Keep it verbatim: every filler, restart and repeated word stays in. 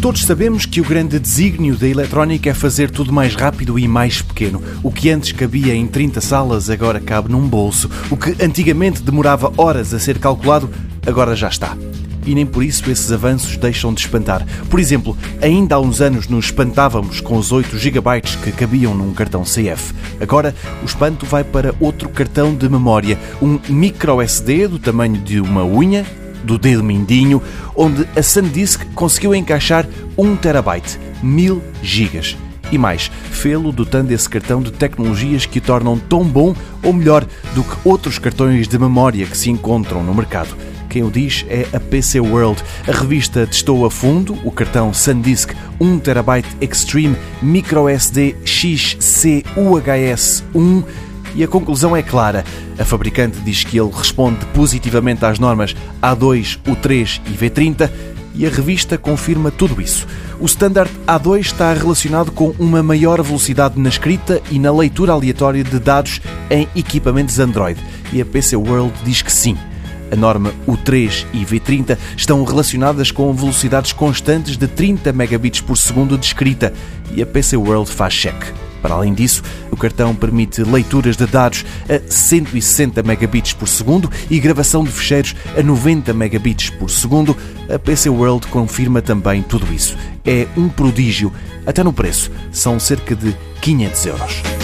Todos sabemos que o grande desígnio da eletrónica é fazer tudo mais rápido e mais pequeno. O que antes cabia em trinta salas, agora cabe num bolso. O que antigamente demorava horas a ser calculado, agora já está. E nem por isso esses avanços deixam de espantar. Por exemplo, ainda há uns anos nos espantávamos com os oito gigabytes que cabiam num cartão C F. Agora, o espanto vai para outro cartão de memória, um micro S D do tamanho de uma unha, do dedo mindinho, onde a SanDisk conseguiu encaixar um terabyte, mil gigas. E mais, fê-lo dotando esse cartão de tecnologias que o tornam tão bom ou melhor do que outros cartões de memória que se encontram no mercado. Quem o diz é a P C World. A revista testou a fundo o cartão SanDisk um terabyte Extreme Micro S D X C U H S um e a conclusão é clara. A fabricante diz que ele responde positivamente às normas A dois, U três e V trinta e a revista confirma tudo isso. O standard A dois está relacionado com uma maior velocidade na escrita e na leitura aleatória de dados em equipamentos Android e a P C World diz que sim. A norma U três e V trinta estão relacionadas com velocidades constantes de trinta megabits por segundo de escrita e a P C World faz cheque. Para além disso, o cartão permite leituras de dados a cento e sessenta megabits por segundo e gravação de ficheiros a noventa megabits por segundo. A P C World confirma também tudo isso. É um prodígio, até no preço. São cerca de quinhentos euros.